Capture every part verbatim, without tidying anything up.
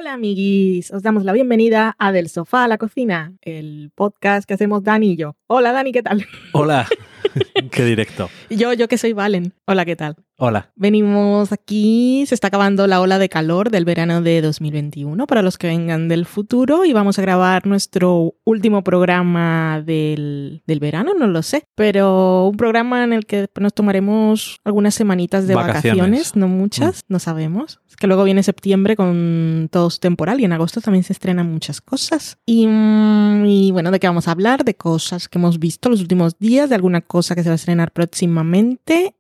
Hola amiguis, os damos la bienvenida a Del Sofá a la Cocina, el podcast que hacemos Dani y yo. Hola Dani, ¿qué tal? Hola, qué directo. Yo, yo que soy Valen. Hola, ¿qué tal? Hola. Venimos aquí, se está acabando la ola de calor del verano de dos mil veintiuno para los que vengan del futuro y vamos a grabar nuestro último programa del, del verano, no lo sé, pero un programa en el que nos tomaremos algunas semanitas de vacaciones, vacaciones no muchas, mm. no sabemos. Es que luego viene septiembre con todo su temporal y en agosto también se estrenan muchas cosas. Y, y bueno, ¿de qué vamos a hablar? De cosas que hemos visto los últimos días, de alguna cosa que se va a estrenar próximamente.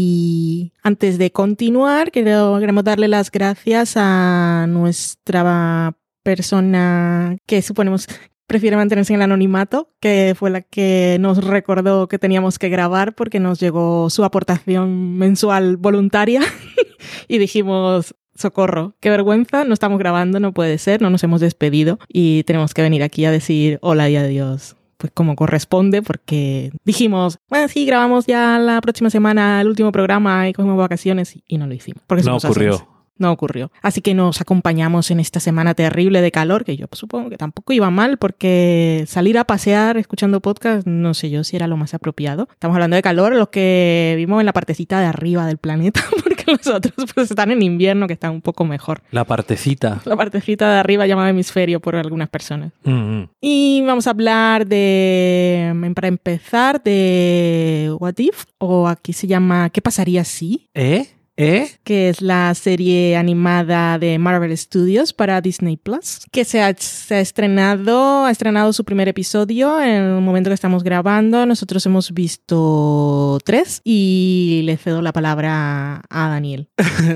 Y antes de continuar, quiero, queremos darle las gracias a nuestra persona que suponemos prefiere mantenerse en el anonimato, que fue la que nos recordó que teníamos que grabar porque nos llegó su aportación mensual voluntaria y dijimos, socorro, qué vergüenza, no estamos grabando, no puede ser, no nos hemos despedido y tenemos que venir aquí a decir hola y adiós. Pues como corresponde, porque dijimos, bueno, sí, grabamos ya la próxima semana el último programa y cogemos vacaciones y no lo hicimos. Porque no ocurrió. Así. No ocurrió. Así que nos acompañamos en esta semana terrible de calor, que yo supongo que tampoco iba mal, porque salir a pasear escuchando podcast, no sé yo si era lo más apropiado. Estamos hablando de calor, los que vivimos en la partecita de arriba del planeta, porque los otros pues están en invierno, que están un poco mejor. La partecita. La partecita de arriba llamada hemisferio por algunas personas. Mm-hmm. Y vamos a hablar de, para empezar, de What If, o aquí se llama ¿Qué pasaría si? ¿Eh? ¿Eh? Que es la serie animada de Marvel Studios para Disney Plus, que se ha, se ha estrenado, ha estrenado su primer episodio en el momento que estamos grabando. Nosotros hemos visto tres y le cedo la palabra a Daniel.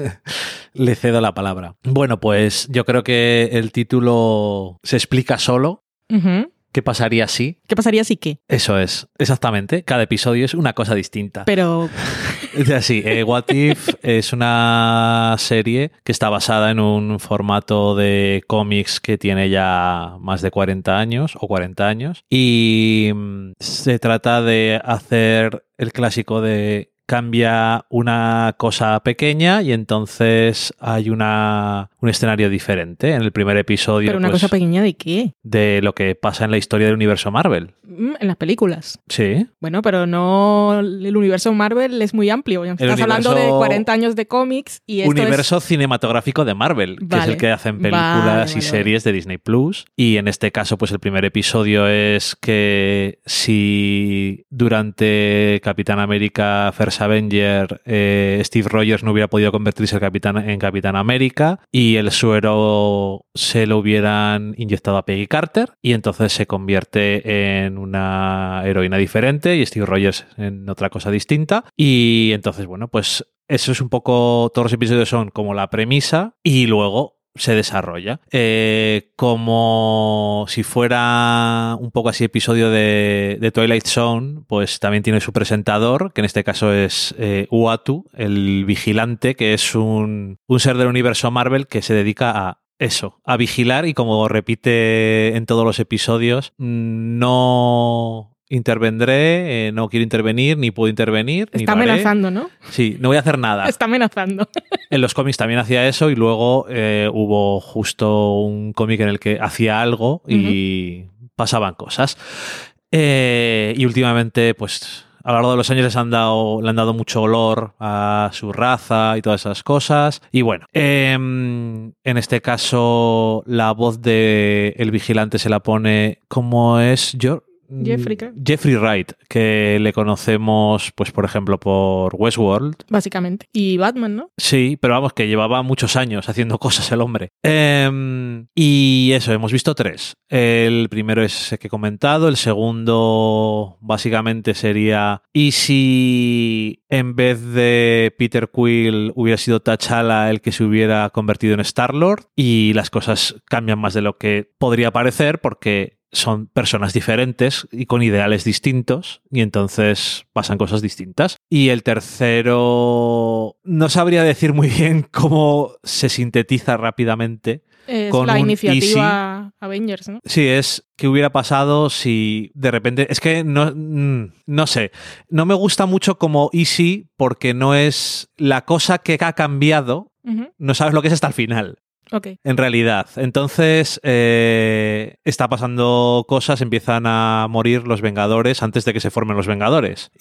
Le cedo la palabra. Bueno, pues yo creo que el título se explica solo. Uh-huh. ¿Qué pasaría si? ¿Qué pasaría si qué? Eso es, exactamente. Cada episodio es una cosa distinta. Pero... Sí, eh, What If es una serie que está basada en un formato de cómics que tiene ya más de cuarenta años o cuarenta años y se trata de hacer el clásico de cambia una cosa pequeña y entonces hay una un escenario diferente. En el primer episodio... ¿Pero una pues, cosa pequeña de qué? De lo que pasa en la historia del universo Marvel. En las películas. Sí. Bueno, pero no... El universo Marvel es muy amplio. Estás universo, hablando de cuarenta años de cómics y esto universo es... cinematográfico de Marvel, que vale. es el que hacen películas vale, y vale, series vale. de Disney Plus. Y en este caso, pues el primer episodio es que si durante Capitán América First Avenger eh, Steve Rogers no hubiera podido convertirse en Capitán, en Capitán América y el suero se lo hubieran inyectado a Peggy Carter y entonces se convierte en una heroína diferente y Steve Rogers en otra cosa distinta y entonces, bueno, pues eso es un poco, todos los episodios son como la premisa y luego se desarrolla. Eh, como si fuera un poco así episodio de, de Twilight Zone, pues también tiene su presentador, que en este caso es eh, Uatu, el vigilante, que es un, un ser del universo Marvel que se dedica a eso, a vigilar y como repite en todos los episodios, no... intervendré, eh, no quiero intervenir, ni puedo intervenir. Está ni amenazando, ¿no? Sí, no voy a hacer nada. Está amenazando. En los cómics también hacía eso y luego eh, hubo justo un cómic en el que hacía algo y uh-huh. pasaban cosas. Eh, y últimamente, pues a lo largo de los años les han dado, le han dado mucho olor a su raza y todas esas cosas. Y bueno, eh, en este caso la voz de el vigilante se la pone, ¿cómo es? Yo... Jeffrey, Jeffrey Wright, que le conocemos, pues por ejemplo, por Westworld. Básicamente. Y Batman, ¿no? Sí, pero vamos, que llevaba muchos años haciendo cosas el hombre. Eh, y eso, hemos visto tres. El primero es ese que he comentado, el segundo básicamente sería ¿y si en vez de Peter Quill hubiera sido T'Challa el que se hubiera convertido en Star-Lord? Y las cosas cambian más de lo que podría parecer porque son personas diferentes y con ideales distintos y entonces pasan cosas distintas. Y el tercero, no sabría decir muy bien cómo se sintetiza rápidamente. Es con la un iniciativa easy. Avengers, ¿no? Sí, es qué hubiera pasado si de repente... Es que no, no sé, no me gusta mucho como easy porque no es la cosa que ha cambiado, uh-huh. no sabes lo que es hasta el final. Okay. En realidad. Entonces, eh, está pasando cosas, empiezan a morir los Vengadores antes de que se formen los Vengadores.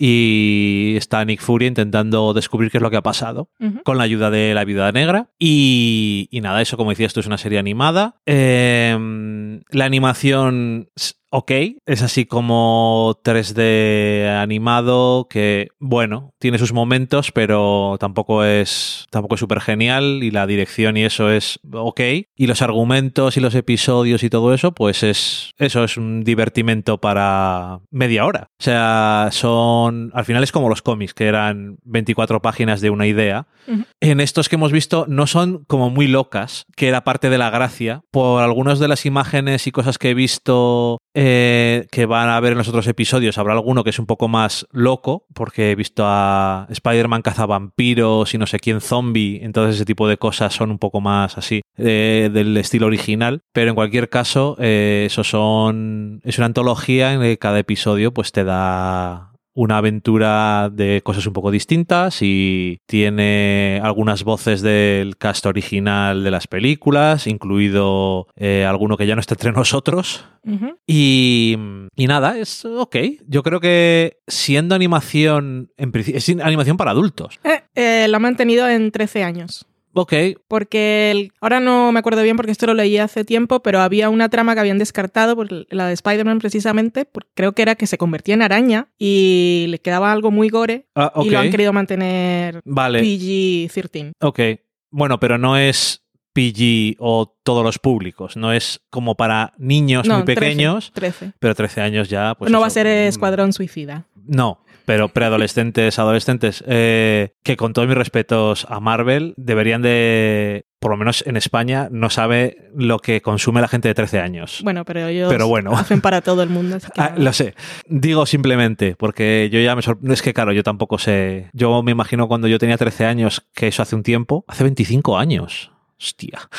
Y está Nick Fury intentando descubrir qué es lo que ha pasado, uh-huh. con la ayuda de la Viuda Negra. Y, y nada, eso, como decía, esto es una serie animada. Eh, la animación... Ok, es así como tres D animado que, bueno, tiene sus momentos, pero tampoco es tampoco es súper genial y la dirección y eso es ok. Y los argumentos y los episodios y todo eso, pues es eso es un divertimento para media hora. O sea, son al final es como los cómics, que eran veinticuatro páginas de una idea. Uh-huh. En estos que hemos visto no son como muy locas, que era parte de la gracia. Por algunas de las imágenes y cosas que he visto... Eh, que van a ver en los otros episodios, habrá alguno que es un poco más loco, porque he visto a Spider-Man cazavampiros y no sé quién zombie, entonces ese tipo de cosas son un poco más así, eh, del estilo original, pero en cualquier caso, eh, eso son es una antología en la que cada episodio pues te da una aventura de cosas un poco distintas y tiene algunas voces del cast original de las películas, incluido eh, alguno que ya no está entre nosotros. Uh-huh. Y, y nada, es ok. Yo creo que siendo animación, en principio, es animación para adultos. Eh, eh, lo han mantenido en trece años. Ok. Porque el, ahora no me acuerdo bien porque esto lo leí hace tiempo, pero había una trama que habían descartado, por la de Spider-Man precisamente, porque creo que era que se convertía en araña y le quedaba algo muy gore ah, okay. y lo han querido mantener vale. P G trece. Ok. Bueno, pero no es P G o todos los públicos, no es como para niños no, muy pequeños, trece, trece. Pero trece años ya... Pues no eso, va a ser Escuadrón Suicida. No. Pero preadolescentes, adolescentes, eh, que con todos mis respetos a Marvel, deberían de, por lo menos en España, no sabe lo que consume la gente de trece años. Bueno, pero ellos pero bueno. hacen para todo el mundo. Así que ah, lo sé. Digo simplemente, porque yo ya me sorprendo. Es que claro, yo tampoco sé. Yo me imagino cuando yo tenía trece años, que eso hace un tiempo, hace veinticinco años. Hostia.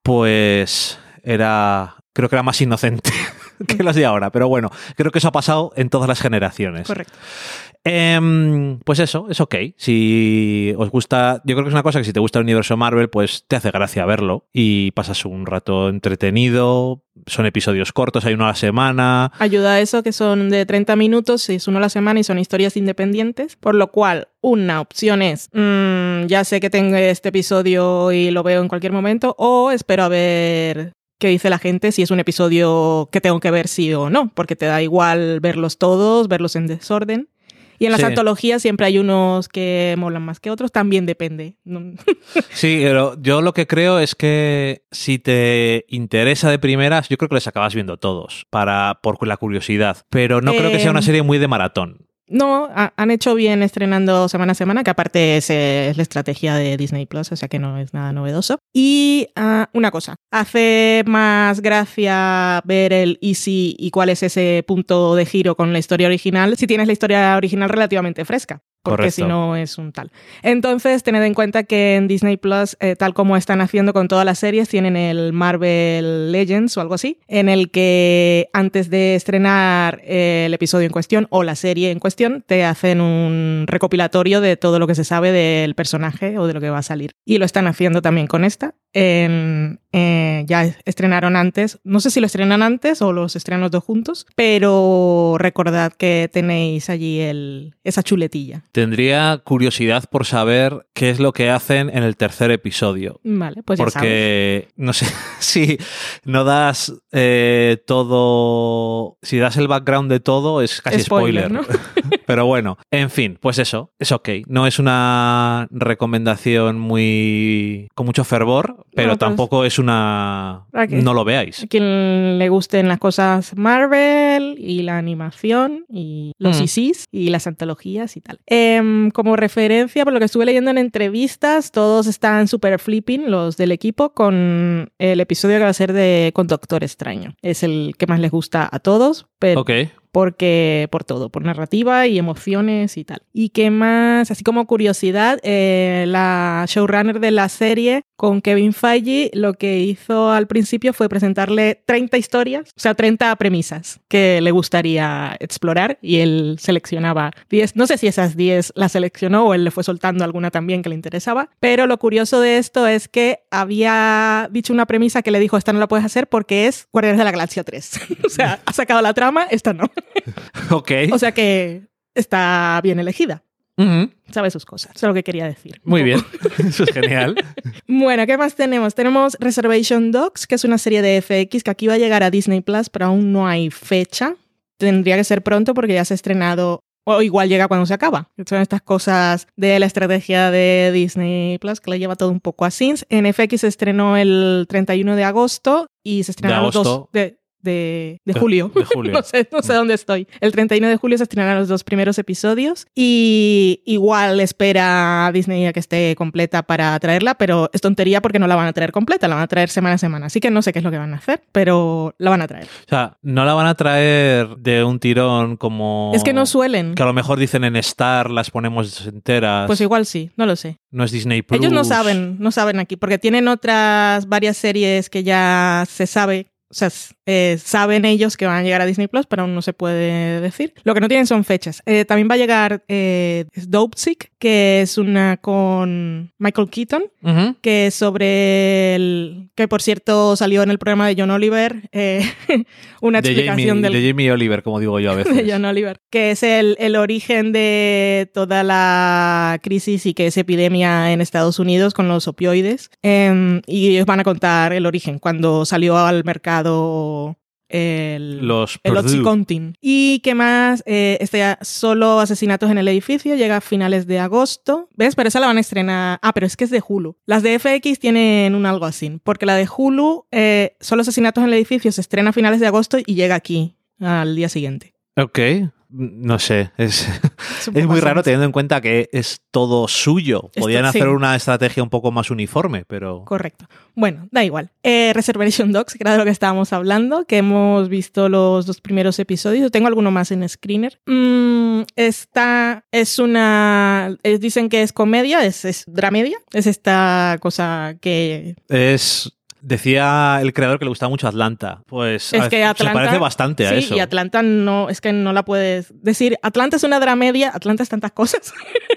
Pues era... Creo que era más inocente que los de ahora. Pero bueno, creo que eso ha pasado en todas las generaciones. Correcto. Eh, pues eso, es ok. Si os gusta, yo creo que es una cosa que si te gusta el universo Marvel, pues te hace gracia verlo y pasas un rato entretenido. Son episodios cortos, hay uno a la semana. Ayuda a eso, que son de treinta minutos, es uno a la semana y son historias independientes, por lo cual una opción es, mmm, ya sé que tengo este episodio y lo veo en cualquier momento, o espero a ver... qué dice la gente si es un episodio que tengo que ver sí o no, porque te da igual verlos todos, verlos en desorden. Y en las sí. antologías siempre hay unos que molan más que otros, también depende. Sí, pero yo lo que creo es que si te interesa de primeras, yo creo que les acabas viendo todos, para, por la curiosidad. Pero no eh... creo que sea una serie muy de maratón. No, ha, han hecho bien estrenando semana a semana, que aparte es, es la estrategia de Disney Plus, o sea que no es nada novedoso. Y uh, una cosa, hace más gracia ver el easy y cuál es ese punto de giro con la historia original si tienes la historia original relativamente fresca. Porque si no es un tal. Entonces, tened en cuenta que en Disney Plus, eh, tal como están haciendo con todas las series, tienen el Marvel Legends o algo así, en el que antes de estrenar eh, el episodio en cuestión o la serie en cuestión, te hacen un recopilatorio de todo lo que se sabe del personaje o de lo que va a salir. Y lo están haciendo también con esta. En, eh, ya estrenaron antes, no sé si lo estrenan antes o los estrenan los dos juntos, pero recordad que tenéis allí el, esa chuletilla. Tendría curiosidad por saber qué es lo que hacen en el tercer episodio. Vale, pues ya porque, sabes. no sé, si no das eh, todo, si das el background de todo, es casi spoiler. spoiler, ¿no? Pero bueno, en fin, pues eso, es ok. No es una recomendación muy con mucho fervor, pero no, tampoco es una... Okay. No lo veáis. A quien le gusten las cosas Marvel y la animación y los mm. I Cs y las antologías y tal. Eh, como referencia, por lo que estuve leyendo en entrevistas, todos están súper flipping, los del equipo, con el episodio que va a ser de con Doctor Extraño. Es el que más les gusta a todos, pero... Okay. porque por todo, por narrativa y emociones y tal. Y qué más, así como curiosidad, eh, la showrunner de la serie con Kevin Feige lo que hizo al principio fue presentarle treinta historias, o sea, treinta premisas que le gustaría explorar y él seleccionaba diez. No sé si esas diez las seleccionó o él le fue soltando alguna también que le interesaba, pero lo curioso de esto es que había dicho una premisa que le dijo, esta no la puedes hacer porque es Guardianes de la Galaxia tres. O sea, ha sacado la trama, esta no. Ok. O sea que está bien elegida. Uh-huh. Sabe sus cosas, eso es lo que quería decir. Muy bien, eso es genial. Bueno, ¿qué más tenemos? Tenemos Reservation Dogs, que es una serie de F X que aquí va a llegar a Disney Plus, pero aún no hay fecha. Tendría que ser pronto porque ya se ha estrenado, o igual llega cuando se acaba. Son estas cosas de la estrategia de Disney Plus que le lleva todo un poco a Sins. En F X se estrenó el treinta y uno de agosto y se estrenaron los dos... De, De, de julio. De, de julio. no sé, no sé dónde estoy. El treinta y uno de julio se estrenarán los dos primeros episodios y igual espera a Disney a que esté completa para traerla, pero es tontería porque no la van a traer completa, la van a traer semana a semana. Así que no sé qué es lo que van a hacer, pero la van a traer. O sea, no la van a traer de un tirón como... Es que no suelen. Que a lo mejor dicen en Star las ponemos enteras. Pues igual sí, no lo sé. No es Disney Plus. Ellos no saben, no saben aquí, porque tienen otras varias series que ya se sabe. O sea, eh, saben ellos que van a llegar a Disney Plus, pero aún no se puede decir. Lo que no tienen son fechas. Eh, también va a llegar eh, Dopesick, que es una con Michael Keaton, uh-huh. que es sobre el... que por cierto salió en el programa de John Oliver, eh, una de explicación Jamie, del... de Jamie Oliver, como digo yo a veces. De John Oliver, que es el, el origen de toda la crisis y que es epidemia en Estados Unidos con los opioides. Eh, y ellos van a contar el origen, cuando salió al mercado el, Los el Oxycontin. Y qué más, eh, este solo asesinatos en el edificio, llega a finales de agosto. ¿Ves? Pero esa la van a estrenar. Ah, pero es que es de Hulu. Las de F X tienen un algo así, porque la de Hulu, eh, solo asesinatos en el edificio, se estrena a finales de agosto y llega aquí al día siguiente. Ok. No sé, es, es, es muy raro teniendo en cuenta que es todo suyo. Podrían Esto, hacer sí. una estrategia un poco más uniforme, pero... Correcto. Bueno, da igual. Eh, Reservation Dogs, que era de lo que estábamos hablando, que hemos visto los dos primeros episodios. Yo tengo alguno más en Screener. Mm, esta es una... Es, dicen que es comedia, es, es dramedia. Es esta cosa que... Es... Decía el creador que le gustaba mucho Atlanta. Pues es que Atlanta, se parece bastante a sí, eso. Y Atlanta no, es que no la puedes decir. Atlanta es una dramedia, Atlanta es tantas cosas.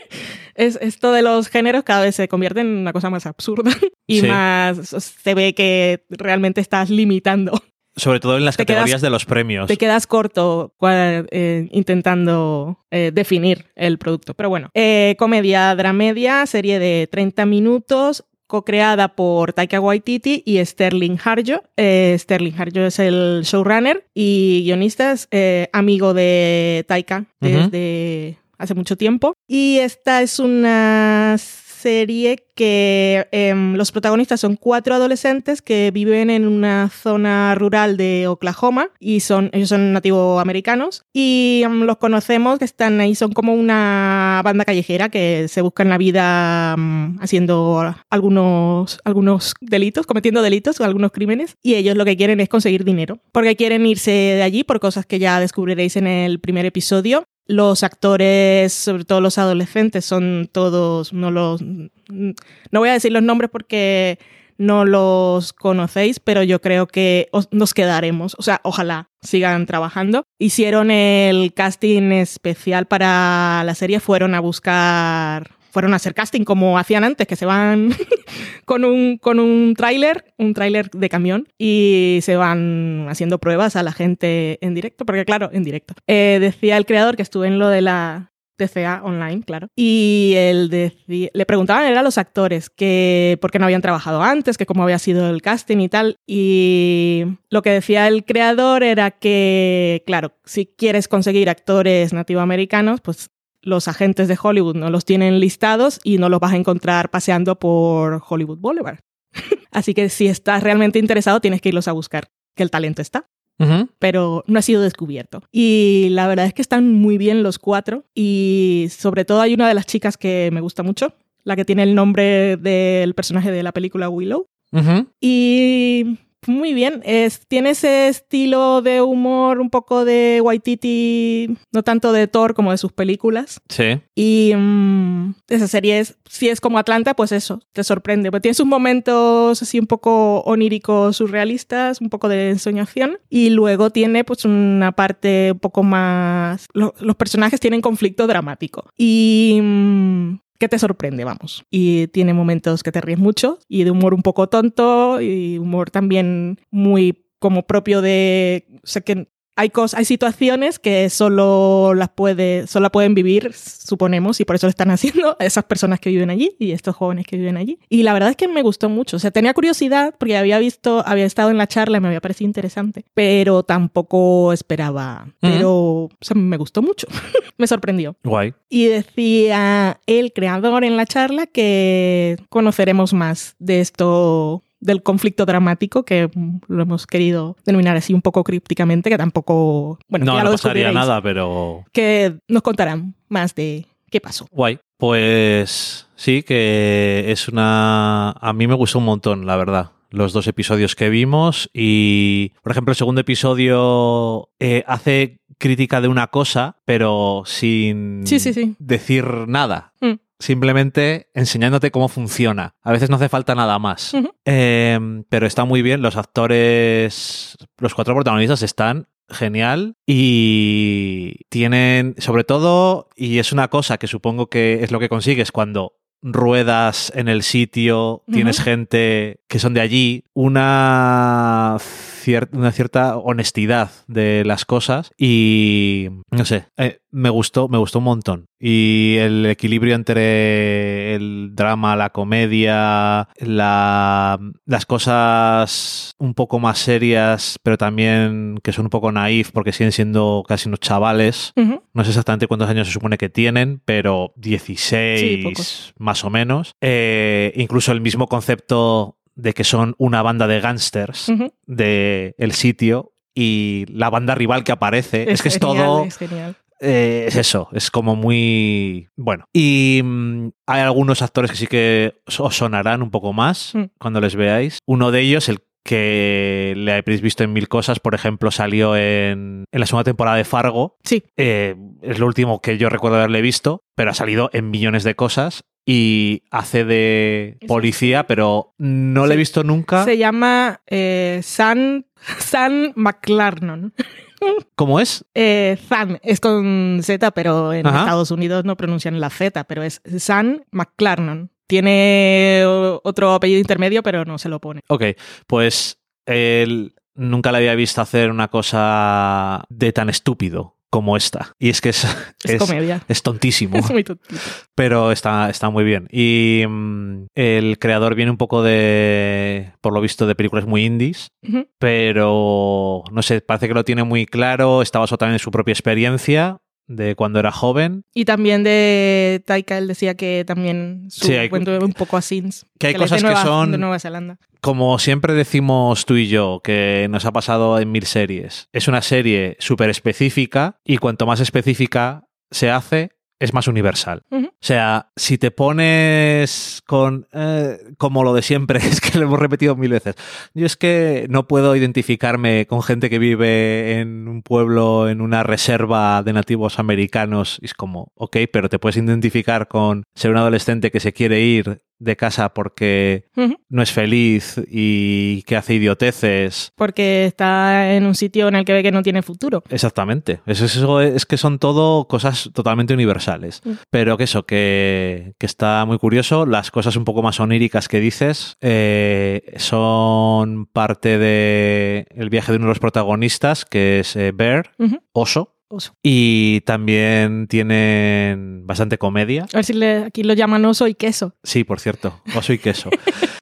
es, esto de los géneros cada vez se convierte en una cosa más absurda y sí. más se ve que realmente estás limitando. Sobre todo en las te categorías quedas, de los premios. Te quedas corto eh, intentando eh, definir el producto. Pero bueno, eh, comedia, dramedia, serie de treinta minutos, co-creada por Taika Waititi y Sterling Harjo. Eh, Sterling Harjo es el showrunner y guionista, es eh, amigo de Taika desde uh-huh. hace mucho tiempo. Y esta es una serie que eh, los protagonistas son cuatro adolescentes que viven en una zona rural de Oklahoma y son, ellos son nativoamericanos y um, los conocemos que están ahí, son como una banda callejera que se buscan la vida um, haciendo algunos, algunos delitos, cometiendo delitos o algunos crímenes y ellos lo que quieren es conseguir dinero porque quieren irse de allí por cosas que ya descubriréis en el primer episodio. Los actores, sobre todo los adolescentes, son todos, no los, no voy a decir los nombres porque no los conocéis, pero yo creo que os, nos quedaremos, o sea, ojalá sigan trabajando. Hicieron el casting especial para la serie, fueron a buscar... Fueron a hacer casting como hacían antes, que se van con un, con un tráiler, un tráiler de camión, y se van haciendo pruebas a la gente en directo, porque claro, en directo. Eh, decía el creador que estuve en lo de la T C A online, claro, y él decía, le preguntaban a los actores que por qué no habían trabajado antes, que cómo había sido el casting y tal, y lo que decía el creador era que, claro, si quieres conseguir actores nativoamericanos, pues los agentes de Hollywood no los tienen listados y no los vas a encontrar paseando por Hollywood Boulevard. Así que si estás realmente interesado tienes que irlos a buscar, que el talento está. Uh-huh. Pero no ha sido descubierto. Y la verdad es que están muy bien los cuatro y sobre todo hay una de las chicas que me gusta mucho, la que tiene el nombre del personaje de la película Willow. Uh-huh. Y Muy bien, es, tiene ese estilo de humor un poco de Waititi, no tanto de Thor como de sus películas. Sí. Y mmm, esa serie es, si es como Atlanta, pues eso, te sorprende. Porque tiene sus momentos así un poco oníricos, surrealistas, un poco de ensoñación. Y luego tiene pues una parte un poco más... Lo, los personajes tienen conflicto dramático. Y... Mmm, que te sorprende, vamos. Y tiene momentos que te ríes mucho y de humor un poco tonto y humor también muy como propio de... O sea, que hay cosas, hay situaciones que solo las puede, solo la pueden vivir, suponemos, y por eso lo están haciendo esas personas que viven allí y estos jóvenes que viven allí. Y la verdad es que me gustó mucho. O sea, tenía curiosidad porque había visto, había estado en la charla y me había parecido interesante, pero tampoco esperaba. Mm. Pero, o sea, me gustó mucho. Me sorprendió. Guay. Y decía el creador en la charla que conoceremos más de esto, del conflicto dramático, que lo hemos querido denominar así un poco crípticamente, que tampoco... Bueno, no, ya no lo pasaría nada, pero... Que nos contarán más de qué pasó. Guay. Pues sí, que es una... A mí me gustó un montón, la verdad, los dos episodios que vimos. Y, por ejemplo, el segundo episodio eh, hace crítica de una cosa, pero sin sí, sí, sí. decir nada. Mm. Simplemente enseñándote cómo funciona. A veces no hace falta nada más. Uh-huh. Eh, pero está muy bien. Los actores, los cuatro protagonistas están genial y tienen, sobre todo, y es una cosa que supongo que es lo que consigues cuando ruedas en el sitio, uh-huh. tienes gente que son de allí, una... una cierta honestidad de las cosas y no sé, eh, me gustó, me gustó un montón. Y el equilibrio entre el drama, la comedia, la, las cosas un poco más serias, pero también que son un poco naif porque siguen siendo casi unos chavales. Uh-huh. No sé exactamente cuántos años se supone que tienen, pero dieciséis sí, más o menos. Eh, incluso el mismo concepto de que son una banda de gángsters uh-huh. de el sitio y la banda rival que aparece. Es, es que genial, es todo... Es genial. Eh, es eso, es como muy... Bueno. Y mmm, hay algunos actores que sí que os sonarán un poco más mm. cuando les veáis. Uno de ellos, el que le habéis visto en mil cosas, por ejemplo, salió en, en la segunda temporada de Fargo. Sí. Eh, es lo último que yo recuerdo haberle visto, pero ha salido en millones de cosas. Y hace de policía, pero no sí. le he visto nunca. Se llama eh, Sam, Sam McLarnon. ¿Cómo es? Eh, Sam, es con Z, pero en Ajá. Estados Unidos no pronuncian la Z, pero es Sam McLarnon. Tiene otro apellido intermedio, pero no se lo pone. Ok, pues él nunca le había visto hacer una cosa de tan estúpido como esta. Y es que es, es, es comedia. Es tontísimo. Es muy tontito. Pero está, está muy bien. Y um, el creador viene un poco de, por lo visto, de películas muy indies, uh-huh. pero no sé, parece que lo tiene muy claro, está basado también en su propia experiencia de cuando era joven. Y también de Taika, él decía que también su sí, hay, cuento un poco a Sins. Que hay que cosas Nueva, que son... de Nueva Zelanda. Como siempre decimos tú y yo, que nos ha pasado en mil series. Es una serie súper específica y cuanto más específica se hace, es más universal. Uh-huh. O sea, si te pones con... Eh, como lo de siempre, es que lo hemos repetido mil veces. Yo es que no puedo identificarme con gente que vive en un pueblo, en una reserva de nativos americanos. Y es como, ok, pero te puedes identificar con ser un adolescente que se quiere ir de casa porque uh-huh. no es feliz y que hace idioteces. Porque está en un sitio en el que ve que no tiene futuro. Exactamente. Eso, eso es que son todo cosas totalmente universales. Uh-huh. Pero que eso, que, que está muy curioso. Las cosas un poco más oníricas que dices eh, son parte de el viaje de uno de los protagonistas, que es eh, Bear, uh-huh. oso. Oso. Y también tienen bastante comedia. A ver si le, aquí lo llaman oso y queso. Sí, por cierto, oso y queso.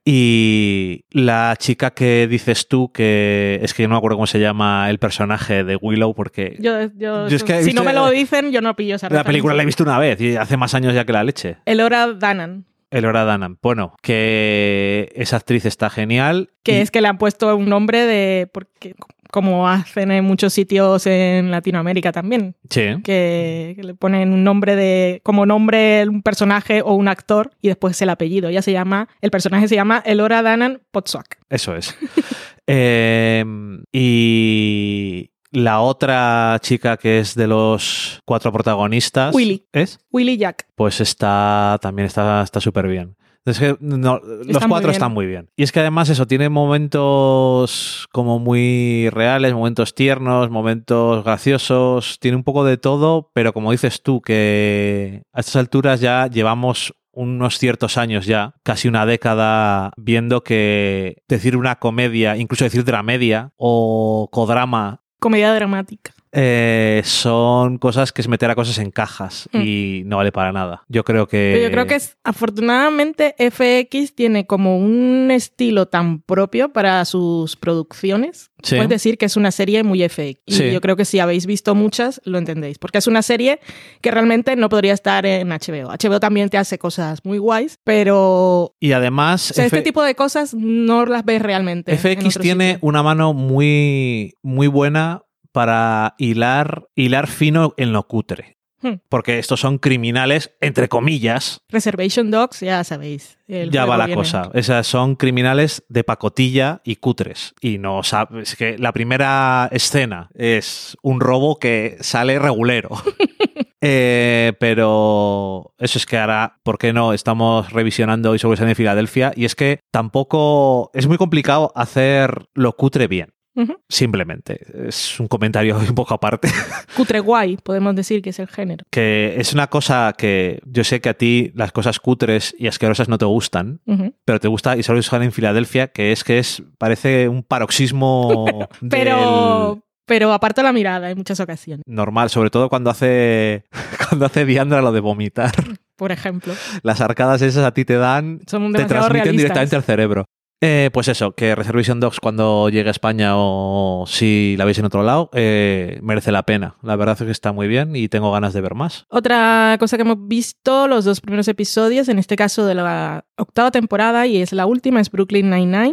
Y la chica que dices tú, que es que yo no me acuerdo cómo se llama el personaje de Willow, porque... Yo, yo, yo es que si visto, no me lo dicen, yo no pillo esa referencia. La película la he visto una vez y hace más años ya que la leche. Elora Danan. Elora Danan. Bueno, que esa actriz está genial. Que y... es que le han puesto un nombre de... porque como hacen en muchos sitios en Latinoamérica también. Sí. Que, que le ponen un nombre de... como nombre un personaje o un actor y después el apellido. Ella se llama... El personaje se llama Elora Danan Potsuak. Eso es. Eh, y la otra chica que es de los cuatro protagonistas... Willy. ¿Es? Willy Jack. Pues está también está súper bien. Es que no, los cuatro están muy bien. Y es que además eso, tiene momentos como muy reales, momentos tiernos, momentos graciosos, tiene un poco de todo, pero como dices tú, que a estas alturas ya llevamos unos ciertos años ya, casi una década, viendo que decir una comedia, incluso decir dramedia o codrama... Comedia dramática. Eh, son cosas que es meter a cosas en cajas mm. y no vale para nada. Yo creo que... Pero yo creo que es, afortunadamente F X tiene como un estilo tan propio para sus producciones. Sí. Puedes decir que es una serie muy F X. Sí. Y yo creo que si habéis visto muchas, lo entendéis. Porque es una serie que realmente no podría estar en H B O. H B O también te hace cosas muy guays, pero... Y además... O sea, F... este tipo de cosas no las ves realmente. F X tiene sitio. Una mano muy, muy buena para hilar, hilar fino en lo cutre. Hmm. Porque estos son criminales, entre comillas. Reservation Dogs, ya sabéis. El ya va la viene. cosa. Esas son criminales de pacotilla y cutres. Y no sabes que la primera escena es un robo que sale regulero. eh, pero eso es que ahora, ¿por qué no? Estamos revisionando hoy sobre Sene de Filadelfia. Y es que tampoco es muy complicado hacer lo cutre bien. Uh-huh. Simplemente. Es un comentario un poco aparte. Cutre guay, podemos decir que es el género. Que es una cosa que yo sé que a ti las cosas cutres y asquerosas no te gustan, uh-huh. pero te gusta y solo Sale en Filadelfia, que es que es parece un paroxismo pero... del... Pero aparto la mirada en muchas ocasiones. Normal, sobre todo cuando hace cuando hace Diandra lo de vomitar. Por ejemplo. Las arcadas esas a ti te dan, son te transmiten realistas. Directamente al cerebro. Eh, pues eso, que Reservation Dogs cuando llegue a España o si la veis en otro lado, eh, merece la pena. La verdad es que está muy bien y tengo ganas de ver más. Otra cosa que hemos visto, los dos primeros episodios, en este caso de la octava temporada y es la última, es Brooklyn Nine-Nine,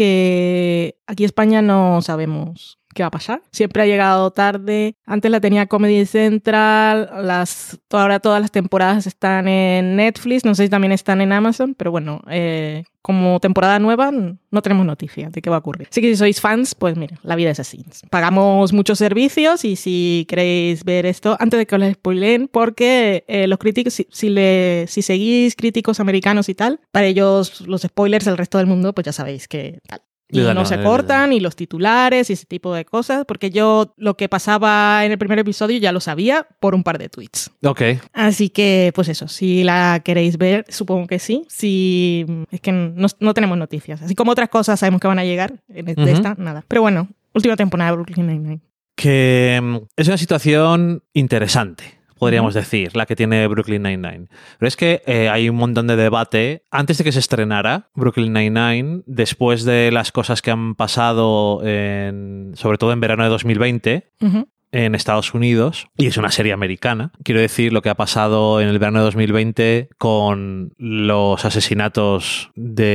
que aquí en España no sabemos qué va a pasar. Siempre ha llegado tarde. Antes la tenía Comedy Central, las, ahora todas las temporadas están en Netflix, no sé si también están en Amazon, pero bueno, eh, como temporada nueva no tenemos noticia de qué va a ocurrir. Así que si sois fans, pues mira, la vida es así. Pagamos muchos servicios y si queréis ver esto, antes de que os lo spoileen, porque eh, los críticos, si, si, le, si seguís críticos americanos y tal, para ellos los spoilers del resto del mundo, pues ya sabéis que tal. Y no, no se cortan, y los titulares y ese tipo de cosas, porque yo lo que pasaba en el primer episodio ya lo sabía por un par de tweets. Ok. Así que, pues eso, si la queréis ver, supongo que sí. Si es que no, no tenemos noticias. Así como otras cosas sabemos que van a llegar, de uh-huh. esta, nada. Pero bueno, última temporada de Brooklyn Nine-Nine. Que es una situación interesante, podríamos uh-huh. decir, la que tiene Brooklyn Nine-Nine. Pero es que eh, hay un montón de debate. Antes de que se estrenara Brooklyn Nine-Nine, después de las cosas que han pasado, en, sobre todo en verano de dos mil veinte, uh-huh. en Estados Unidos, y es una serie americana, quiero decir lo que ha pasado en el verano de dos mil veinte con los asesinatos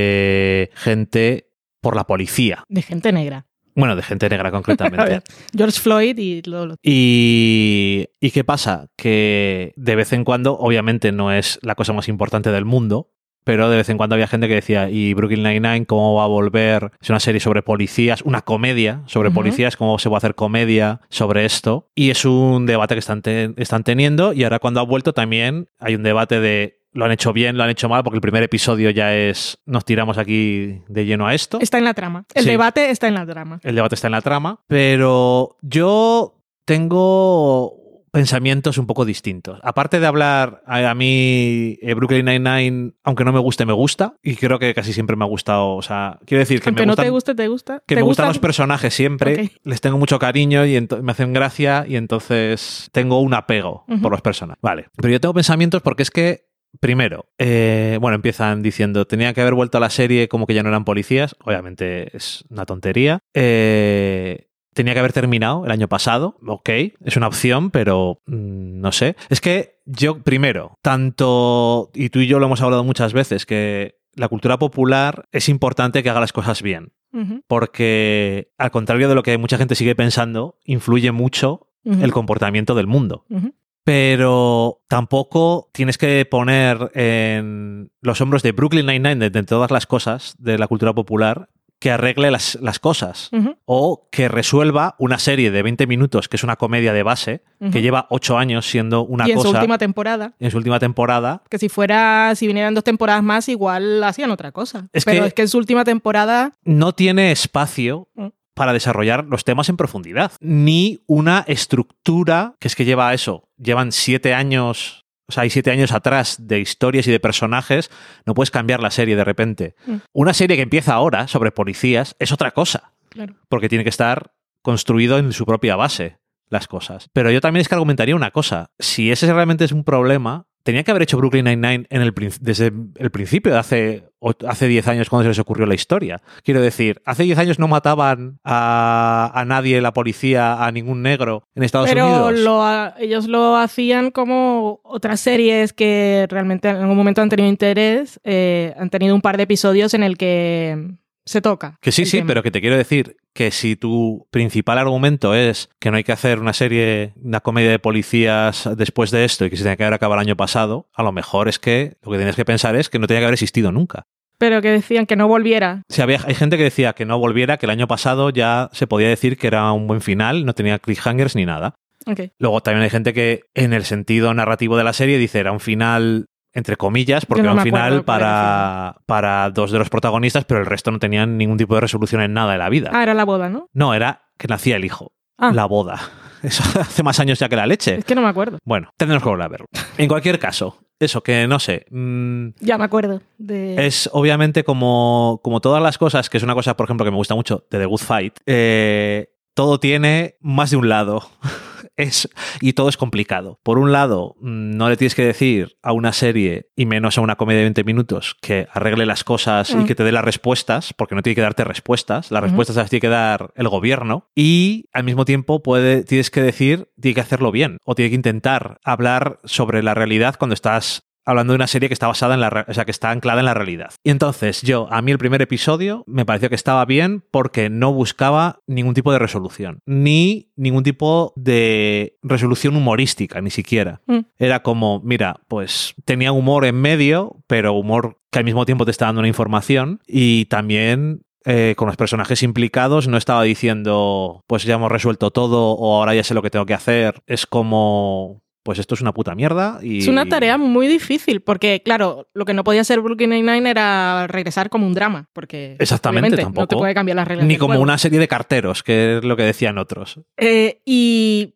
de gente por la policía. De gente negra. Bueno, de gente negra concretamente. George Floyd y lo, lo... y ¿Y qué pasa? Que de vez en cuando, obviamente no es la cosa más importante del mundo, pero de vez en cuando había gente que decía, ¿y Brooklyn Nine-Nine cómo va a volver? Es una serie sobre policías, una comedia sobre uh-huh. policías, ¿cómo se va a hacer comedia sobre esto? Y es un debate que están, te- están teniendo, y ahora cuando ha vuelto también hay un debate de lo han hecho bien, lo han hecho mal, porque el primer episodio ya es nos tiramos aquí de lleno a esto. Está en la trama. El sí. debate está en la trama. El debate está en la trama, pero yo tengo pensamientos un poco distintos. Aparte de hablar, a, a mí eh, Brooklyn Nine-Nine, aunque no me guste, me gusta, y creo que casi siempre me ha gustado. O sea, quiero decir que aunque me gustan, no te guste, te gusta. Que ¿Te me gustan? gustan los personajes siempre, okay. Les tengo mucho cariño y ento- me hacen gracia, y entonces tengo un apego uh-huh. por los personajes. Vale. Pero yo tengo pensamientos porque es que primero, eh, bueno, empiezan diciendo, tenía que haber vuelto a la serie como que ya no eran policías. Obviamente es una tontería. Eh, tenía que haber terminado el año pasado. Ok, es una opción, pero mmm, no sé. Es que yo, primero, tanto, y tú y yo lo hemos hablado muchas veces, que la cultura popular es importante que haga las cosas bien. Uh-huh. Porque, al contrario de lo que mucha gente sigue pensando, influye mucho uh-huh. el comportamiento del mundo. Uh-huh. Pero tampoco tienes que poner en los hombros de Brooklyn Nine-Nine, de, de todas las cosas de la cultura popular, que arregle las, las cosas. Uh-huh. O que resuelva una serie de veinte minutos, que es una comedia de base, uh-huh. que lleva ocho años siendo una y en cosa... su última temporada. En su última temporada. Que si fuera, si vinieran dos temporadas más, igual hacían otra cosa. Es Pero que es que en su última temporada... No tiene espacio... Uh-huh. para desarrollar los temas en profundidad, ni una estructura, que es que lleva eso, llevan siete años, o sea, hay siete años atrás de historias y de personajes, no puedes cambiar la serie de repente. Mm. Una serie que empieza ahora sobre policías es otra cosa, claro. porque tiene que estar construido en su propia base las cosas. Pero yo también es que argumentaría una cosa, si ese realmente es un problema, tenía que haber hecho Brooklyn Nine-Nine en el, desde el principio, de hace, hace diez años cuando se les ocurrió la historia. Quiero decir, hace diez años no mataban a, a nadie, la policía, a ningún negro en Estados Pero Unidos. Pero ellos lo hacían como otras series que realmente en algún momento han tenido interés, eh, han tenido un par de episodios en el que se toca. Que sí, sí, tema. Pero que te quiero decir que si tu principal argumento es que no hay que hacer una serie, una comedia de policías después de esto y que se tenía que haber acabado el año pasado, a lo mejor es que lo que tienes que pensar es que no tenía que haber existido nunca. Pero que decían que no volviera. Sí, había, hay gente que decía que no volviera, que el año pasado ya se podía decir que era un buen final, no tenía cliffhangers ni nada. Okay. Luego también hay gente que en el sentido narrativo de la serie dice era un final... entre comillas, porque no era un final para, para, para dos de los protagonistas, pero el resto no tenían ningún tipo de resolución en nada de la vida. Ah, era la boda, ¿no? No, era que nacía el hijo. Ah. La boda. Eso hace más años ya que la leche. Es que no me acuerdo. Bueno, tendremos que volver a verlo. En cualquier caso, eso que no sé. Mmm, ya me acuerdo. De... Es obviamente como, como todas las cosas, que es una cosa, por ejemplo, que me gusta mucho de The Good Fight, eh, todo tiene más de un lado. Es, y todo es complicado. Por un lado, no le tienes que decir a una serie, y menos a una comedia de veinte minutos, que arregle las cosas mm. y que te dé las respuestas, porque no tiene que darte respuestas. Las mm-hmm. respuestas las tiene que dar el gobierno. Y al mismo tiempo puede, tienes que decir, tiene que hacerlo bien. O tiene que intentar hablar sobre la realidad cuando estás hablando de una serie que está basada en la, o sea, que está anclada en la realidad. Y entonces yo, a mí el primer episodio me pareció que estaba bien porque no buscaba ningún tipo de resolución, ni ningún tipo de resolución humorística, ni siquiera. Mm. Era como, mira, pues tenía humor en medio, pero humor que al mismo tiempo te está dando una información y también... Eh, con los personajes implicados no estaba diciendo, pues ya hemos resuelto todo o ahora ya sé lo que tengo que hacer. Es como... pues esto es una puta mierda. Y... Es una tarea muy difícil, porque, claro, lo que no podía hacer Brooklyn Nine-Nine era regresar como un drama, porque exactamente, tampoco. No te puede cambiar las reglas Ni del como juego. Una serie de carteros, que es lo que decían otros. Eh, y...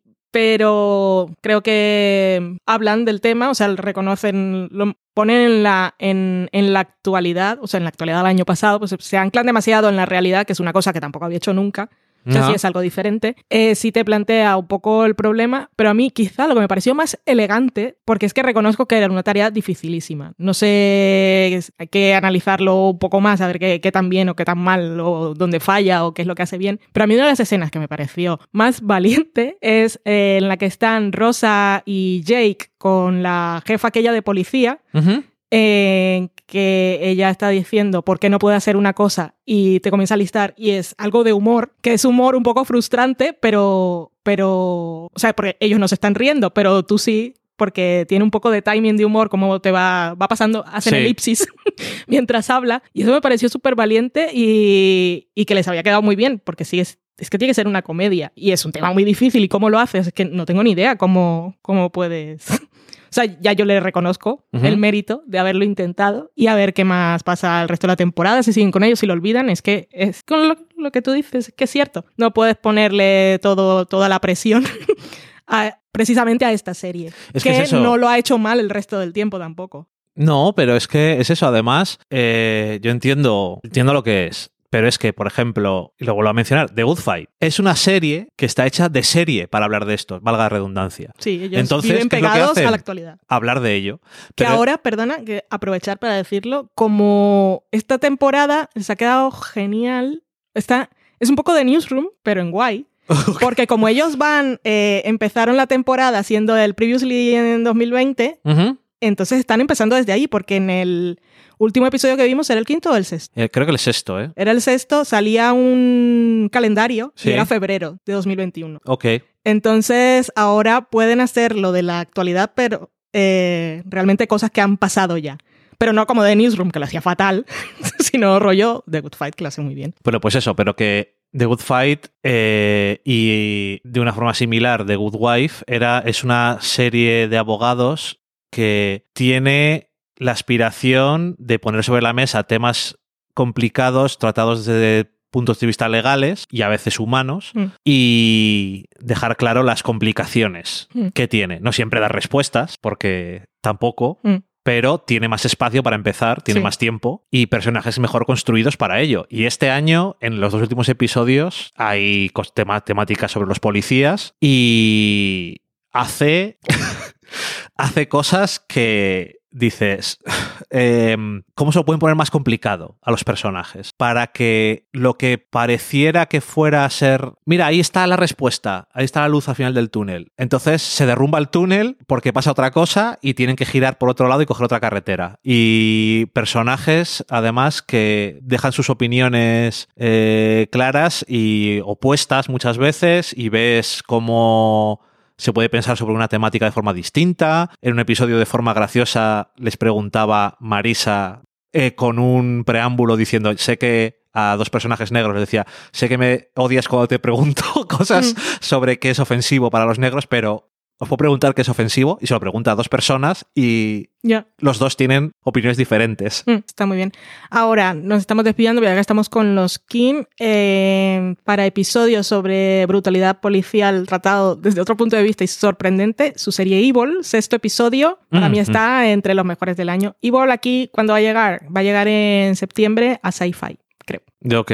Pero creo que hablan del tema, o sea, reconocen, lo ponen en la, en, en la actualidad, o sea, en la actualidad del año pasado, pues se anclan demasiado en la realidad, que es una cosa que tampoco había hecho nunca. O sea, no. sí es algo diferente. Eh, sí te plantea un poco el problema, pero a mí quizá lo que me pareció más elegante, porque es que reconozco que era una tarea dificilísima. No sé, hay que analizarlo un poco más, a ver qué, qué tan bien o qué tan mal, o dónde falla o qué es lo que hace bien. Pero a mí una de las escenas que me pareció más valiente es eh, en la que están Rosa y Jake con la jefa aquella de policía, uh-huh. Eh, que ella está diciendo por qué no puede hacer una cosa y te comienza a listar y es algo de humor, que es humor un poco frustrante, pero, pero o sea, porque ellos no se están riendo, pero tú sí, porque tiene un poco de timing de humor, como te va, va pasando, hacen sí. elipsis mientras habla, y eso me pareció súper valiente y, y que les había quedado muy bien, porque sí es Es que tiene que ser una comedia y es un tema muy difícil y cómo lo haces, es que no tengo ni idea cómo, cómo puedes... O sea, ya yo le reconozco uh-huh. el mérito de haberlo intentado y a ver qué más pasa el resto de la temporada, si siguen con ellos, si lo olvidan. Es que es con lo, lo que tú dices, que es cierto. No puedes ponerle todo, toda la presión a, precisamente a esta serie, es que, que es eso. No lo ha hecho mal el resto del tiempo tampoco. No, pero es que es eso. Además, eh, yo entiendo, entiendo lo que es. Pero es que, por ejemplo, y lo vuelvo a mencionar, The Good Fight es una serie que está hecha de serie para hablar de esto, valga la redundancia. Sí, ellos Entonces, viven ¿qué es lo que pegados hacen? a la actualidad. Hablar de ello. Que Pero... ahora, perdona, que aprovechar para decirlo, como esta temporada se ha quedado genial, está, es un poco de Newsroom, pero en guay. Okay. Porque como ellos van, eh, empezaron la temporada siendo el Previously en dos mil veinte, uh-huh. entonces están empezando desde ahí, porque en el último episodio que vimos era el quinto o el sexto. Eh, creo que el sexto, ¿eh? Era el sexto, salía un calendario sí. y era febrero de dos mil veintiuno. Ok. Entonces ahora pueden hacer lo de la actualidad, pero eh, realmente cosas que han pasado ya. Pero no como The Newsroom, que lo hacía fatal, sino rollo The Good Fight, que lo hace muy bien. Pero pues eso, pero que The Good Fight eh, y de una forma similar The Good Wife era, es una serie de abogados que tiene la aspiración de poner sobre la mesa temas complicados tratados desde puntos de vista legales y a veces humanos mm. y dejar claro las complicaciones mm. que tiene. No siempre dar respuestas, porque tampoco... Mm. pero tiene más espacio para empezar, tiene sí. más tiempo y personajes mejor construidos para ello. Y este año, en los dos últimos episodios, hay tema, temáticas sobre los policías y hace, hace cosas que dices, eh, ¿cómo se lo pueden poner más complicado a los personajes? Para que lo que pareciera que fuera a ser, mira, ahí está la respuesta, ahí está la luz al final del túnel. Entonces se derrumba el túnel porque pasa otra cosa y tienen que girar por otro lado y coger otra carretera. Y personajes, además, que dejan sus opiniones eh, claras y opuestas muchas veces y ves cómo... se puede pensar sobre una temática de forma distinta. En un episodio de forma graciosa les preguntaba Marisa eh, con un preámbulo diciendo, sé que a dos personajes negros les decía, sé que me odias cuando te pregunto cosas mm. sobre qué es ofensivo para los negros, pero os puedo preguntar qué es ofensivo y se lo pregunta a dos personas y yeah. los dos tienen opiniones diferentes. Mm, está muy bien. Ahora, nos estamos despidiendo, pero ya que estamos con los Kim, eh, para episodios sobre brutalidad policial tratado desde otro punto de vista y sorprendente, su serie Evil, sexto episodio, para mm, mí está mm. entre los mejores del año. Evil aquí, ¿cuándo va a llegar? Va a llegar en septiembre a Sci-Fi, creo. Ok.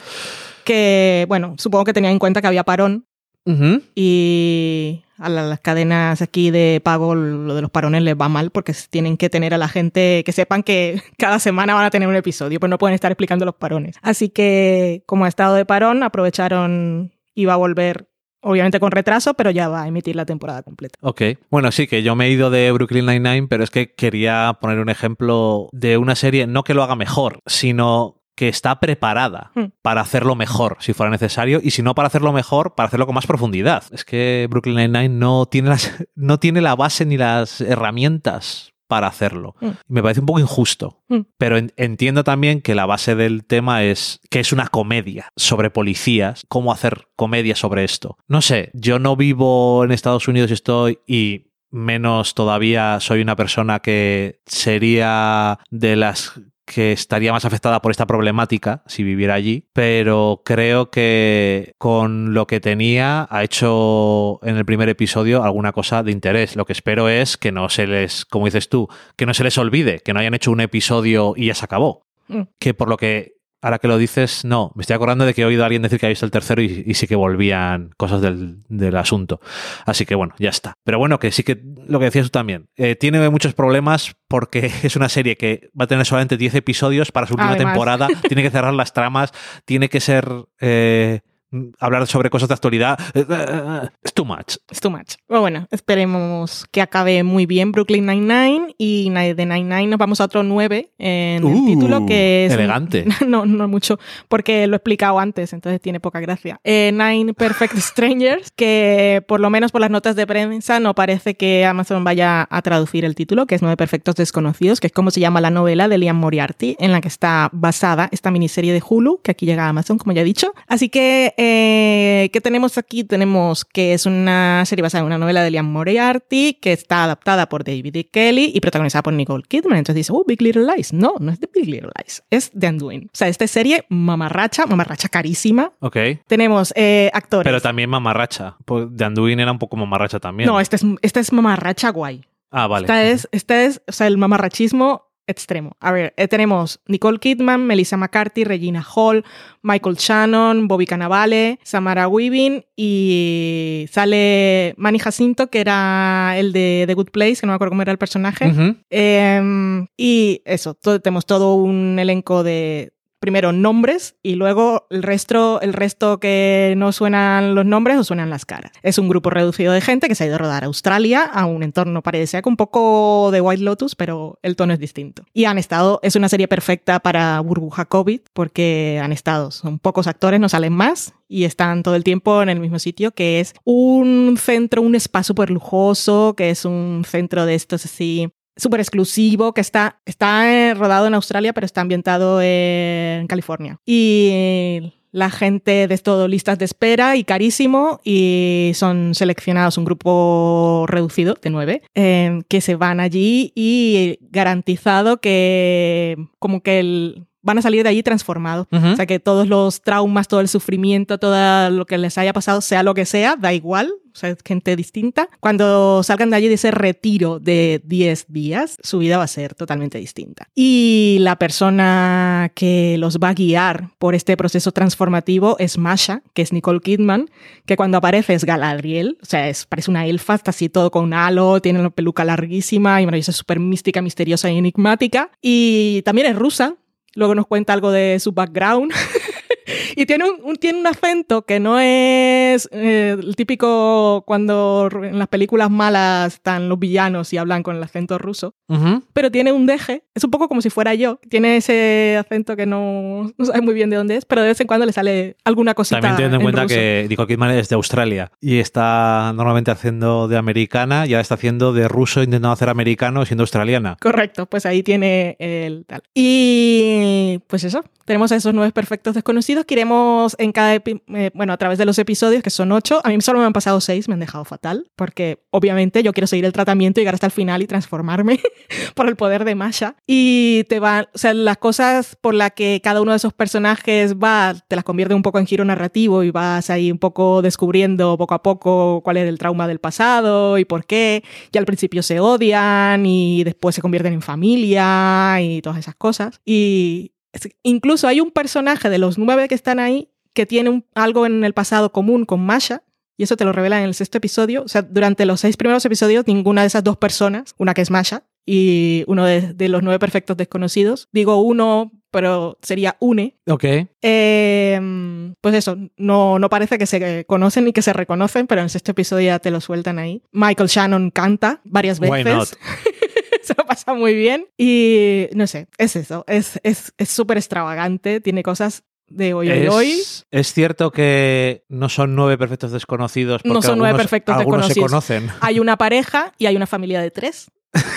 Que, bueno, supongo que tenía en cuenta que había parón uh-huh. y... a las cadenas aquí de pago lo de los parones les va mal porque tienen que tener a la gente que sepan que cada semana van a tener un episodio, pues no pueden estar explicando los parones. Así que como ha estado de parón, aprovecharon y va a volver, obviamente con retraso, pero ya va a emitir la temporada completa. Ok. Bueno, sí, que yo me he ido de Brooklyn Nine-Nine, pero es que quería poner un ejemplo de una serie, no que lo haga mejor, sino... que está preparada mm. para hacerlo mejor, si fuera necesario, y si no para hacerlo mejor, para hacerlo con más profundidad. Es que Brooklyn Nine-Nine no tiene, las, no tiene la base ni las herramientas para hacerlo. Mm. Me parece un poco injusto, mm. pero en, entiendo también que la base del tema es que es una comedia sobre policías, cómo hacer comedia sobre esto. No sé, yo no vivo en Estados Unidos, estoy y... menos todavía soy una persona que sería de las que estaría más afectada por esta problemática si viviera allí, pero creo que con lo que tenía ha hecho en el primer episodio alguna cosa de interés. Lo que espero es que no se les, como dices tú, que no se les olvide, que no hayan hecho un episodio y ya se acabó. Mm. Que por lo que ahora que lo dices, no, me estoy acordando de que he oído a alguien decir que ha visto el tercero y, y sí que volvían cosas del, del asunto. Así que bueno, ya está. Pero bueno, que sí que lo que decías tú también, eh, tiene muchos problemas porque es una serie que va a tener solamente diez episodios para su última Además. temporada, tiene que cerrar las tramas, tiene que ser... Eh, hablar sobre cosas de actualidad. Es too much. Es too much. Pero bueno, esperemos que acabe muy bien Brooklyn Nine-Nine y de Nine-Nine nos vamos a otro nueve en uh, el título que es... elegante. No, no mucho, porque lo he explicado antes, entonces tiene poca gracia. Eh, Nine Perfect Strangers, que por lo menos por las notas de prensa no parece que Amazon vaya a traducir el título, que es Nueve Perfectos Desconocidos, que es como se llama la novela de Liam Moriarty, en la que está basada esta miniserie de Hulu, que aquí llega a Amazon, como ya he dicho. Así que Eh, ¿qué tenemos aquí? Tenemos que es una serie basada en una novela de Liam Moriarty que está adaptada por David E. Kelly y protagonizada por Nicole Kidman. Entonces dice, oh, Big Little Lies. No, no es de Big Little Lies. Es The Undoing. O sea, esta serie mamarracha, mamarracha carísima. Ok. Tenemos eh, actores. Pero también mamarracha. The Undoing era un poco mamarracha también. No, esta es, esta es mamarracha guay. Ah, vale. Esta es, esta es, o sea, el mamarrachismo extremo. A ver, eh, tenemos Nicole Kidman, Melissa McCarthy, Regina Hall, Michael Shannon, Bobby Cannavale, Samara Weaving y sale Manny Jacinto, que era el de The Good Place, que no me acuerdo cómo era el personaje. Uh-huh. Eh, y eso, todo, tenemos todo un elenco de... Primero nombres y luego el resto, el resto que no suenan los nombres o suenan las caras. Es un grupo reducido de gente que se ha ido a rodar a Australia, a un entorno paradisíaco, un poco de White Lotus, pero el tono es distinto. Y han estado, es una serie perfecta para burbuja COVID porque han estado, son pocos actores, no salen más y están todo el tiempo en el mismo sitio, que es un centro, un spa súper lujoso, que es un centro de estos así... súper exclusivo, que está, está eh, rodado en Australia, pero está ambientado en California. Y la gente de todo listas de espera y carísimo, y son seleccionados un grupo reducido de nueve eh, que se van allí y garantizado que como que el... van a salir de allí transformados. Uh-huh. O sea, que todos los traumas, todo el sufrimiento, todo lo que les haya pasado, sea lo que sea, da igual. O sea, es gente distinta. Cuando salgan de allí de ese retiro de diez días, su vida va a ser totalmente distinta. Y la persona que los va a guiar por este proceso transformativo es Masha, que es Nicole Kidman, que cuando aparece es Galadriel. O sea, es, parece una elfa, está así todo con un halo, tiene una peluca larguísima y bueno, es súper mística, misteriosa y enigmática. Y también es rusa. Luego nos cuenta algo de su background. Y tiene un, un, tiene un acento que no es eh, el típico cuando en las películas malas están los villanos y hablan con el acento ruso. Uh-huh. Pero tiene un deje. Es un poco como si fuera yo. Tiene ese acento que no, no sabes muy bien de dónde es, pero de vez en cuando le sale alguna cosita. También teniendo en, en cuenta ruso. Que Nicole Kidman es de Australia y está normalmente haciendo de americana y ahora está haciendo de ruso intentando hacer americano siendo australiana. Correcto, pues ahí tiene el tal. Y pues eso, tenemos a esos nueve perfectos desconocidos que iremos en cada epi- eh, bueno, a través de los episodios, que son ocho. A mí solo me han pasado seis, me han dejado fatal, porque obviamente yo quiero seguir el tratamiento y llegar hasta el final y transformarme por el poder de Masha. Y te van, o sea, las cosas por las que cada uno de esos personajes va, te las convierte un poco en giro narrativo y vas ahí un poco descubriendo poco a poco cuál es el trauma del pasado y por qué. Y al principio se odian y después se convierten en familia y todas esas cosas. Y incluso hay un personaje de los nueve que están ahí que tiene un, algo en el pasado común con Masha, y eso te lo revelan en el sexto episodio. O sea, durante los seis primeros episodios, ninguna de esas dos personas, una que es Masha y uno de, de los nueve perfectos desconocidos, digo uno, pero sería Une. Ok. Eh, pues eso, no, no parece que se conocen ni que se reconocen, pero en el sexto episodio ya te lo sueltan ahí. Michael Shannon canta varias veces. Why not? Se lo pasa muy bien. Y no sé, es eso. Es es es súper extravagante. Tiene cosas de hoy hoy hoy. Es cierto que no son nueve perfectos desconocidos. Porque no son algunos, nueve perfectos algunos desconocidos. se conocen. Hay una pareja y hay una familia de tres.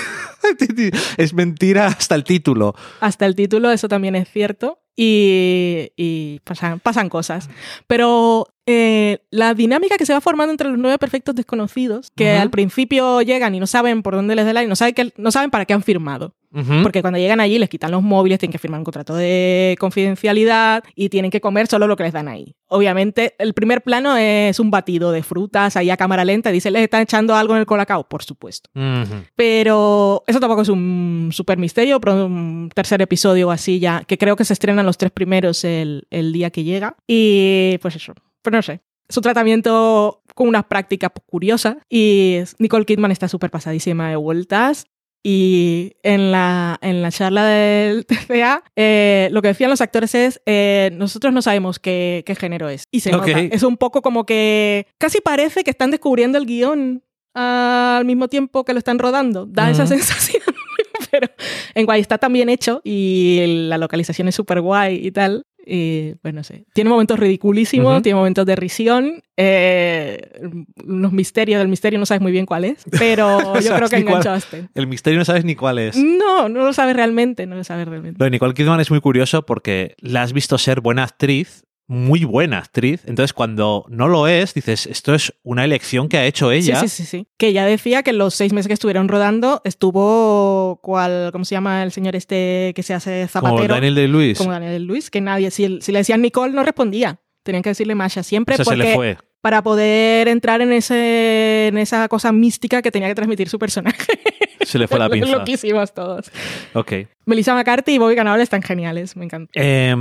Es mentira hasta el título. Hasta el título, eso también es cierto. Y, y pasan, pasan cosas. Pero eh, la dinámica que se va formando entre los nueve perfectos desconocidos, que uh-huh. al principio llegan y no saben por dónde les dé la y no saben, que, no saben para qué han firmado. Uh-huh. Porque cuando llegan allí les quitan los móviles, tienen que firmar un contrato de confidencialidad y tienen que comer solo lo que les dan ahí. Obviamente, el primer plano es un batido de frutas ahí a cámara lenta y dice, ¿les están echando algo en el colacao? Por supuesto. Uh-huh. Pero eso tampoco es un súper misterio, pero un tercer episodio o así ya, que creo que se estrenan los tres primeros el, el día que llega. Y pues eso, pero no sé. Es un tratamiento con unas prácticas curiosas y Nicole Kidman está súper pasadísima de vueltas. Y en la, en la charla del T C A, eh, lo que decían los actores es, eh, nosotros no sabemos qué, qué género es. Y se okay. nota. Es un poco como que casi parece que están descubriendo el guión al mismo tiempo que lo están rodando. Da uh-huh. esa sensación. Pero en guay está tan bien hecho y la localización es súper guay y tal. Y pues no sé, tiene momentos ridiculísimos, uh-huh. tiene momentos de risión, eh, los misterios del misterio no sabes muy bien cuál es, pero yo creo que enganchaste. El misterio no sabes ni cuál es. No, no lo sabes realmente, no lo sabes realmente. Lo de Nicole Kidman es muy curioso porque la has visto ser buena actriz, muy buena actriz, entonces cuando no lo es, dices, esto es una elección que ha hecho ella. Sí, sí, sí, sí. Que ella decía que los seis meses que estuvieron rodando estuvo, cual, ¿cómo se llama el señor este que se hace zapatero? Como Daniel Day-Lewis. Como Daniel Day-Lewis, que nadie, si, si le decían Nicole no respondía, tenían que decirle Masha siempre. O sea, porque se le fue. Para poder entrar en, ese, en esa cosa mística que tenía que transmitir su personaje. Se le fue la pinza. Loquísimos todos. Ok. Melissa McCarthy y Bobby Cannavale están geniales, me encanta. Eh,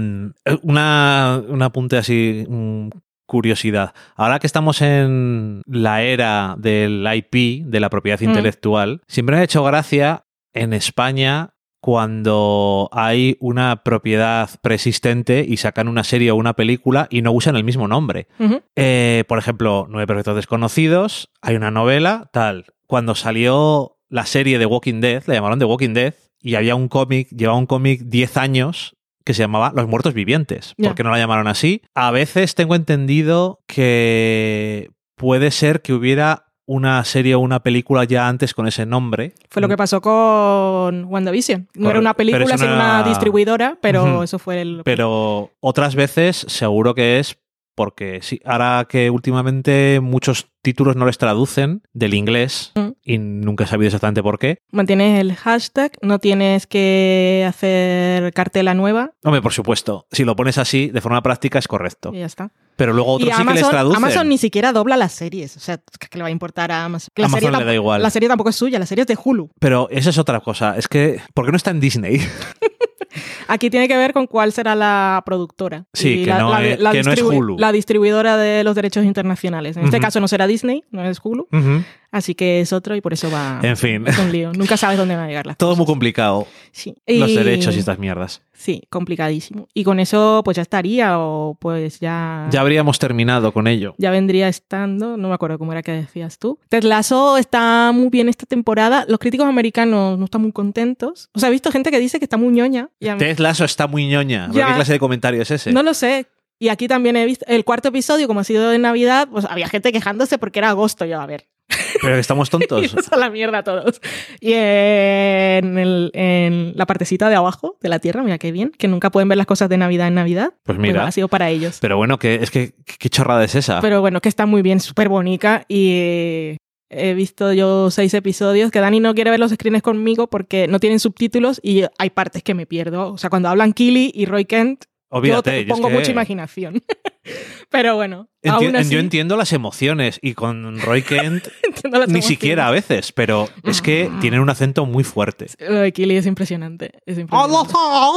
una, un apunte así, um, curiosidad. Ahora que estamos en la era del I P, de la propiedad mm. intelectual, siempre me ha hecho gracia en España cuando hay una propiedad preexistente y sacan una serie o una película y no usan el mismo nombre. Uh-huh. Eh, por ejemplo, Nueve Perfectos Desconocidos, hay una novela, tal. Cuando salió la serie de Walking Dead, la llamaron The Walking Dead, y había un cómic, llevaba un cómic diez años que se llamaba Los Muertos Vivientes. ¿Por yeah. qué no la llamaron así? A veces tengo entendido que puede ser que hubiera una serie o una película ya antes con ese nombre. Fue lo que pasó con WandaVision. No Correcto. era una película, Pero sino no era... una distribuidora, pero uh-huh. eso fue el... Pero otras veces seguro que es porque sí, ahora que últimamente muchos títulos no les traducen del inglés mm. y nunca he sabido exactamente por qué. Mantienes el hashtag, no tienes que hacer cartela nueva. Hombre, por supuesto. Si lo pones así, de forma práctica, es correcto. Y ya está. Pero luego otros y sí Amazon, que les traducen. Amazon ni siquiera dobla las series. O sea, ¿qué le va a importar a Amazon? La Amazon serie le da igual. La serie tampoco es suya, la serie es de Hulu. Pero esa es otra cosa. Es que, ¿por qué no está en Disney? Aquí tiene que ver con cuál será la productora. Sí, que, la, no, la, es, la que no es Hulu. La distribuidora de los derechos internacionales. En uh-huh. este caso no será Disney, no es Hulu. Uh-huh. Así que es otro y por eso va... En fin. Es un lío. Nunca sabes dónde van a llegar las Todo cosas. muy complicado. Sí. Los y... derechos y estas mierdas. Sí, complicadísimo. Y con eso pues ya estaría o pues ya... Ya habríamos terminado con ello. Ya vendría estando, no me acuerdo cómo era que decías tú. Ted Lasso está muy bien esta temporada. Los críticos americanos no están muy contentos. O sea, he visto gente que dice que está muy ñoña. Y a... Ted Lasso está muy ñoña. Ya... ¿Qué clase de comentario es ese? No lo sé. Y aquí también he visto el cuarto episodio, como ha sido de Navidad, pues había gente quejándose porque era agosto. Yo, a ver... Pero estamos tontos. Y a la mierda todos. Y en, el, en la partecita de abajo de la Tierra, mira qué bien, que nunca pueden ver las cosas de Navidad en Navidad. Pues mira. Pues ha sido para ellos. Pero bueno, que es que qué chorrada es esa. Pero bueno, que está muy bien, súper bonita y he visto yo seis episodios que Dani no quiere ver los screens conmigo porque no tienen subtítulos y hay partes que me pierdo. O sea, cuando hablan Keely y Roy Kent, Olvídate, yo pongo es que... mucha imaginación. Pero bueno, Enti- aún así... Yo entiendo las emociones y con Roy Kent ni emociones. Siquiera a veces, pero es que tienen un acento muy fuerte. Lo de Keely es impresionante. Es impresionante.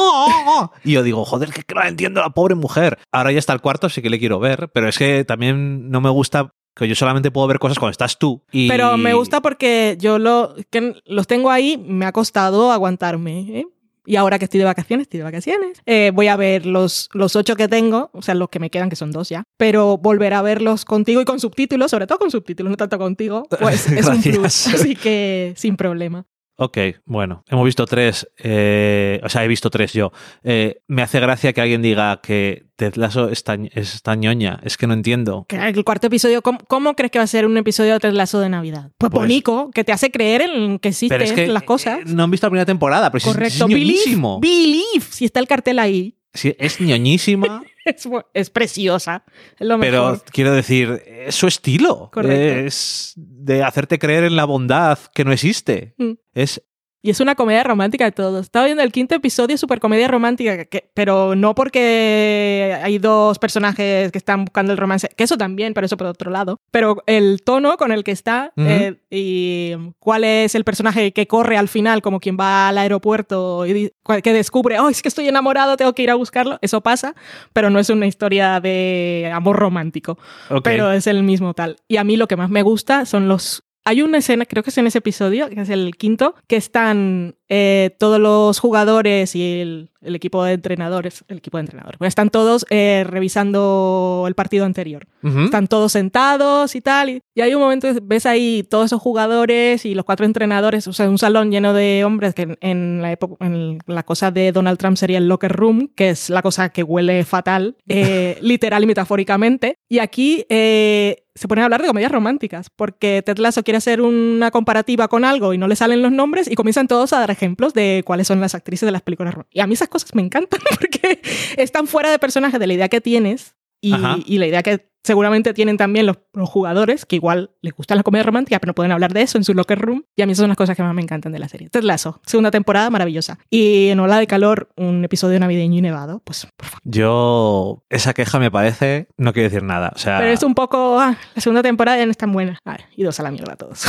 Y yo digo, joder, que no entiendo a la pobre mujer. Ahora ya está el cuarto, sí que le quiero ver, pero es que también no me gusta... que yo solamente puedo ver cosas cuando estás tú. Y... Pero me gusta porque yo lo, que los tengo ahí, me ha costado aguantarme, ¿eh? Y ahora que estoy de vacaciones, estoy de vacaciones, eh, voy a ver los, los ocho que tengo, o sea, los que me quedan, que son dos ya, pero volver a verlos contigo y con subtítulos, sobre todo con subtítulos, no tanto contigo, pues es un plus, así que sin problema. Ok, bueno, hemos visto tres, eh, o sea, he visto tres yo. Eh, me hace gracia que alguien diga que Ted Lasso es tan, es tan ñoña, es que no entiendo. El cuarto episodio, ¿cómo, ¿cómo crees que va a ser un episodio de Ted Lasso de Navidad? Pues, pues bonico, que te hace creer en que existen es que, las cosas. Eh, no han visto la primera temporada, pero correcto, es, es ñoñísimo. Believe, believe, si está el cartel ahí. Sí, es ñoñísima. es, es preciosa, es lo mejor. Pero quiero decir, es su estilo. Correcto. Es de hacerte creer en la bondad que no existe. Mm. Es... Y es una comedia romántica de todos. Estaba viendo el quinto episodio, súper comedia romántica, que, pero no porque hay dos personajes que están buscando el romance, que eso también, pero eso por otro lado. Pero el tono con el que está uh-huh. eh, y cuál es el personaje que corre al final, como quien va al aeropuerto y que descubre, oh, es que estoy enamorado, tengo que ir a buscarlo. Eso pasa, pero no es una historia de amor romántico. Okay. Pero es el mismo tal. Y a mí lo que más me gusta son los... Hay una escena, creo que es en ese episodio, que es el quinto, que están eh, todos los jugadores y el, el equipo de entrenadores, el equipo de entrenadores, pues están todos eh, revisando el partido anterior. Uh-huh. Están todos sentados y tal. Y, y hay un momento que ves ahí todos esos jugadores y los cuatro entrenadores, o sea, un salón lleno de hombres que en, en, la, época, en la cosa de Donald Trump sería el locker room, que es la cosa que huele fatal, eh, literal y metafóricamente. Y aquí... Eh, se ponen a hablar de comedias románticas, porque Ted Lasso quiere hacer una comparativa con algo y no le salen los nombres y comienzan todos a dar ejemplos de cuáles son las actrices de las películas románticas. Y a mí esas cosas me encantan porque están fuera de personaje de la idea que tienes y, y la idea que seguramente tienen también los, los jugadores, que igual les gustan las comedias románticas, pero no pueden hablar de eso en su locker room. Y a mí esas son las cosas que más me encantan de la serie. Ted Lasso, segunda temporada maravillosa. Y en Ola de Calor, un episodio navideño y nevado, pues por favor. Yo, esa queja me parece, no quiero decir nada. O sea... Pero es un poco, ah, la segunda temporada ya no es tan buena. Ah, y dos a la mierda todos.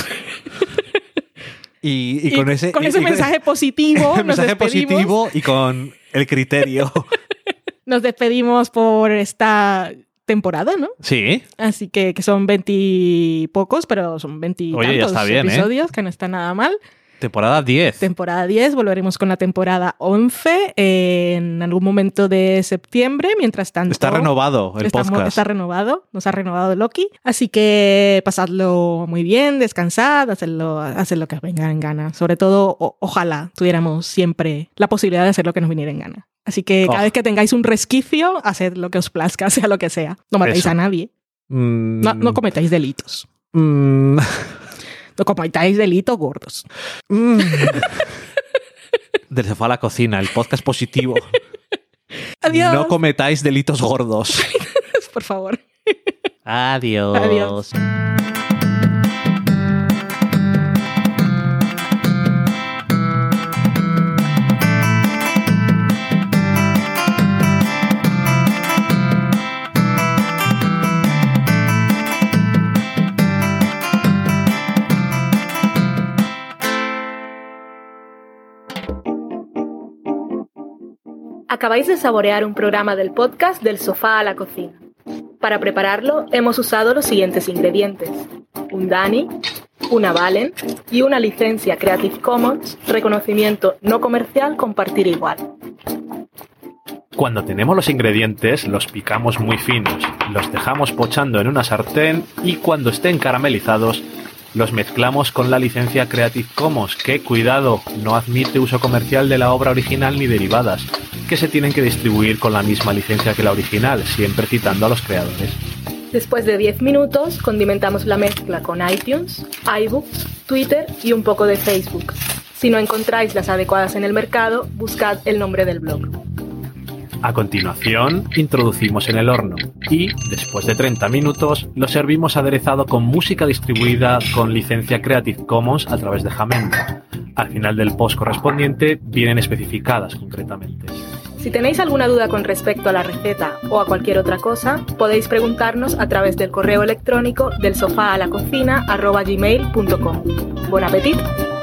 Y, y, con y ese, con y, ese y mensaje con, positivo nos mensaje despedimos. positivo y con el criterio. Nos despedimos por esta temporada, ¿no? Sí. Así que, que son veintipocos, pero son veintitantos episodios, ¿eh? Que no está nada mal. Temporada diez. Temporada diez, volveremos con la temporada once en algún momento de septiembre, mientras tanto... Está renovado el estamos, podcast. Está renovado, nos ha renovado Loki, así que pasadlo muy bien, descansad, hacedlo, haced lo que os venga en gana. Sobre todo, o, ojalá tuviéramos siempre la posibilidad de hacer lo que nos viniera en gana. Así que cada oh. vez que tengáis un resquicio, haced lo que os plazca, sea lo que sea. No matéis Eso. a nadie. Mm. No, no cometáis delitos. Mm. No cometáis delitos gordos. Mm. Del sofá a la cocina, el podcast positivo. Adiós. No cometáis delitos gordos. Por favor. Adiós. Adiós. Acabáis de saborear un programa del podcast Del sofá a la cocina. Para prepararlo hemos usado los siguientes ingredientes: un Dani, una Valen y una licencia Creative Commons, reconocimiento no comercial, compartir igual. Cuando tenemos los ingredientes, los picamos muy finos, los dejamos pochando en una sartén y cuando estén caramelizados, los mezclamos con la licencia Creative Commons, que, cuidado, no admite uso comercial de la obra original ni derivadas, que se tienen que distribuir con la misma licencia que la original, siempre citando a los creadores. Después de diez minutos, condimentamos la mezcla con iTunes, iBooks, Twitter y un poco de Facebook. Si no encontráis las adecuadas en el mercado, buscad el nombre del blog. A continuación, introducimos en el horno y, después de treinta minutos, lo servimos aderezado con música distribuida con licencia Creative Commons a través de Jamendo. Al final del post correspondiente vienen especificadas concretamente. Si tenéis alguna duda con respecto a la receta o a cualquier otra cosa, podéis preguntarnos a través del correo electrónico del sofá a la cocina arroba gmail punto com. ¡Buen apetito!